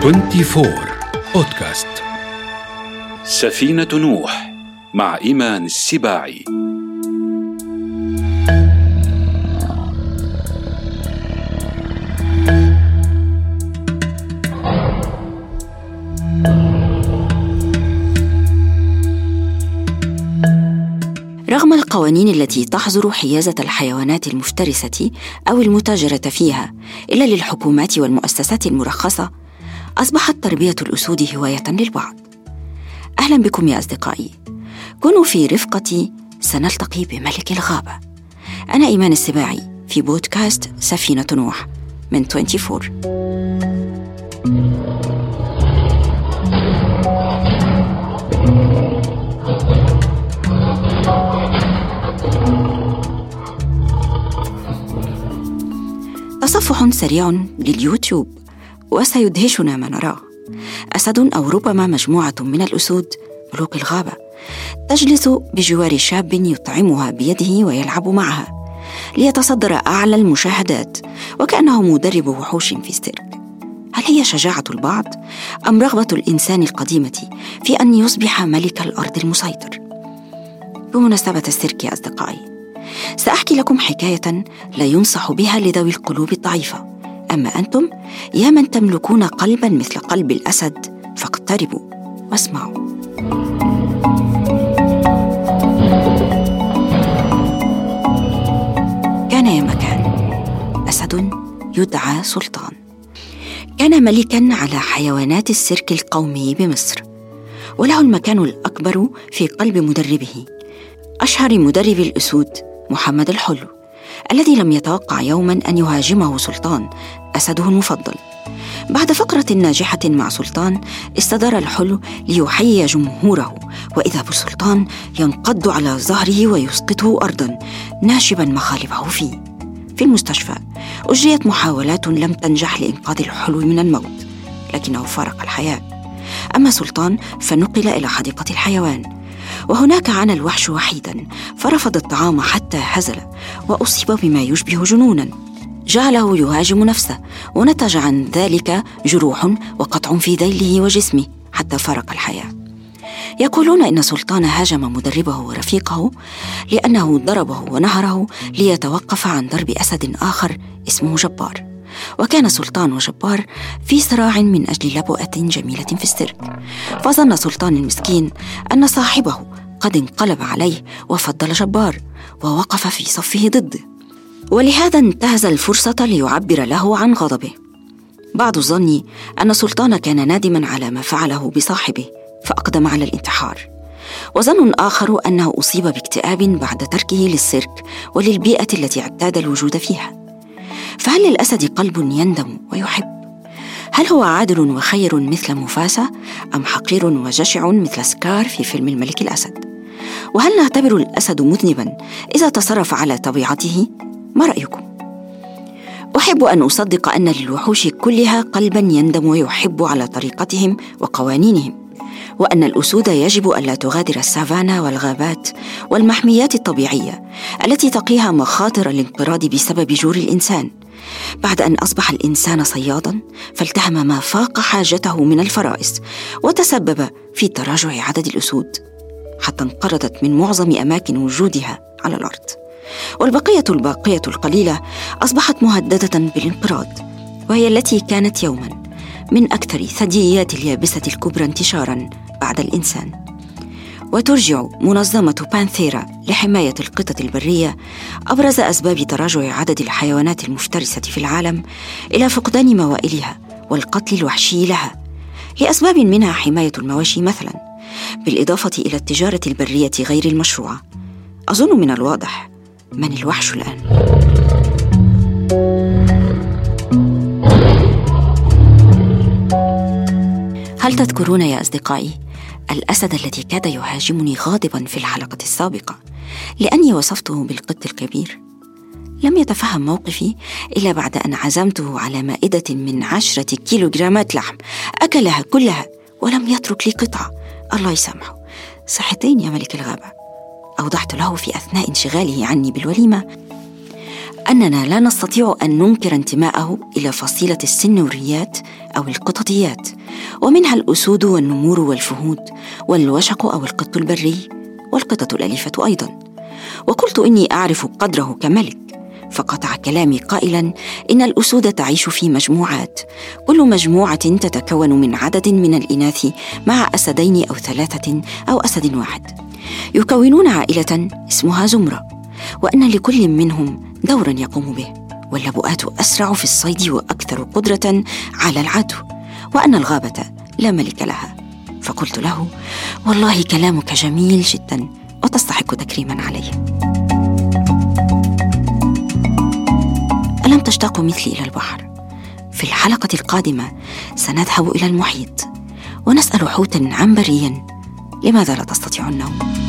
24 بودكاست. سفينة نوح مع إيمان السباعي. رغم القوانين التي تحظر حيازة الحيوانات المفترسة أو المتاجرة فيها إلا للحكومات والمؤسسات المرخصة، أصبحت تربية الأسود هواية للبعض. أهلا بكم يا أصدقائي، كونوا في رفقتي، سنلتقي بملك الغابة. أنا إيمان السباعي في بودكاست سفينة نوح من 24. تصفح سريع لليوتيوب وسيدهشنا ما نراه. أسد أو ربما مجموعة من الأسود ملوك الغابة تجلس بجوار شاب يطعمها بيده ويلعب معها ليتصدر أعلى المشاهدات وكأنه مدرب وحوش في السيرك. هل هي شجاعة البعض أم رغبة الإنسان القديمة في أن يصبح ملك الأرض المسيطر؟ بمناسبة السيرك يا أصدقائي، سأحكي لكم حكاية لا ينصح بها لذوي القلوب الضعيفة. أما أنتم يا من تملكون قلبا مثل قلب الأسد فاقتربوا واسمعوا. كان يا مكان أسد يدعى سلطان، كان ملكا على حيوانات السيرك القومي بمصر، وله المكان الأكبر في قلب مدربه، أشهر مدرب الأسود محمد الحلو، الذي لم يتوقع يوما أن يهاجمه سلطان أسده المفضل. بعد فقرة ناجحة مع سلطان استدار الحلو ليحيي جمهوره، وإذا بسلطان ينقض على ظهره ويسقطه أرضا ناشبا مخالبه فيه. في المستشفى أجريت محاولات لم تنجح لإنقاذ الحلو من الموت، لكنه فارق الحياة. أما سلطان فنقل إلى حديقة الحيوان، وهناك عانى الوحش وحيدا فرفض الطعام حتى هزل وأصيب بما يشبه جنونا جعله يهاجم نفسه، ونتج عن ذلك جروح وقطع في ذيله وجسمه حتى فارق الحياة. يقولون إن سلطان هاجم مدربه ورفيقه لأنه ضربه ونهره ليتوقف عن ضرب أسد آخر اسمه جبار. وكان سلطان وجبار في صراع من أجل لبؤة جميلة في السيرك، فظن سلطان المسكين أن صاحبه قد انقلب عليه وفضل جبار ووقف في صفه ضده، ولهذا انتهز الفرصة ليعبر له عن غضبه. بعض الظن أن سلطان كان نادما على ما فعله بصاحبه فأقدم على الانتحار، وظن آخر أنه أصيب باكتئاب بعد تركه للسيرك وللبيئة التي اعتاد الوجود فيها. فهل للأسد قلب يندم ويحب؟ هل هو عادل وخير مثل مفاسة أم حقير وجشع مثل سكار في فيلم الملك الأسد؟ وهل نعتبر الأسد مذنبا إذا تصرف على طبيعته؟ ما رأيكم؟ أحب أن أصدق أن للوحوش كلها قلبا يندم ويحب على طريقتهم وقوانينهم، وأن الأسود يجب ألا تغادر السافانا والغابات والمحميات الطبيعية التي تقيها مخاطر الانقراض بسبب جور الإنسان، بعد أن أصبح الإنسان صيادا فالتهم ما فاق حاجته من الفرائس وتسبب في تراجع عدد الأسود حتى انقرضت من معظم أماكن وجودها على الأرض، والبقية الباقية القليلة أصبحت مهددة بالانقراض، وهي التي كانت يوما من أكثر ثدييات اليابسة الكبرى انتشاراً بعد الإنسان. وترجع منظمة بانثيرا لحماية القطط البرية أبرز أسباب تراجع عدد الحيوانات المفترسة في العالم إلى فقدان موائلها والقتل الوحشي لها، لأسباب منها حماية المواشي مثلاً، بالإضافة إلى التجارة البرية غير المشروعة. أظن من الواضح من الوحش الآن. هل تذكرون يا أصدقائي الأسد الذي كاد يهاجمني غاضبا في الحلقة السابقة لأني وصفته بالقط الكبير؟ لم يتفهم موقفي إلا بعد أن عزمته على مائدة من 10 كيلوغرامات لحم أكلها كلها ولم يترك لي قطعة. الله يسامحه. صحتين يا ملك الغابة، أوضحت له في أثناء انشغاله عني بالوليمة. أننا لا نستطيع أن ننكر انتماءه إلى فصيلة السنوريات أو القططيات، ومنها الأسود والنمور والفهود والوشق أو القط البري والقطط الأليفة أيضاً. وقلت إني أعرف قدره كملك، فقطع كلامي قائلاً إن الأسود تعيش في مجموعات، كل مجموعة تتكون من عدد من الإناث مع أسدين أو 3 أو أسد واحد، يكونون عائلة اسمها زمرة، وأن لكل منهم دورا يقوم به، واللبؤات أسرع في الصيد وأكثر قدرة على العدو، وأن الغابة لا ملك لها. فقلت له: والله كلامك جميل جدا وتستحق تكريما عليه. ألم تشتاق مثلي إلى البحر؟ في الحلقة القادمة سنذهب إلى المحيط ونسأل حوتا عنبريا لماذا لا تستطيع النوم.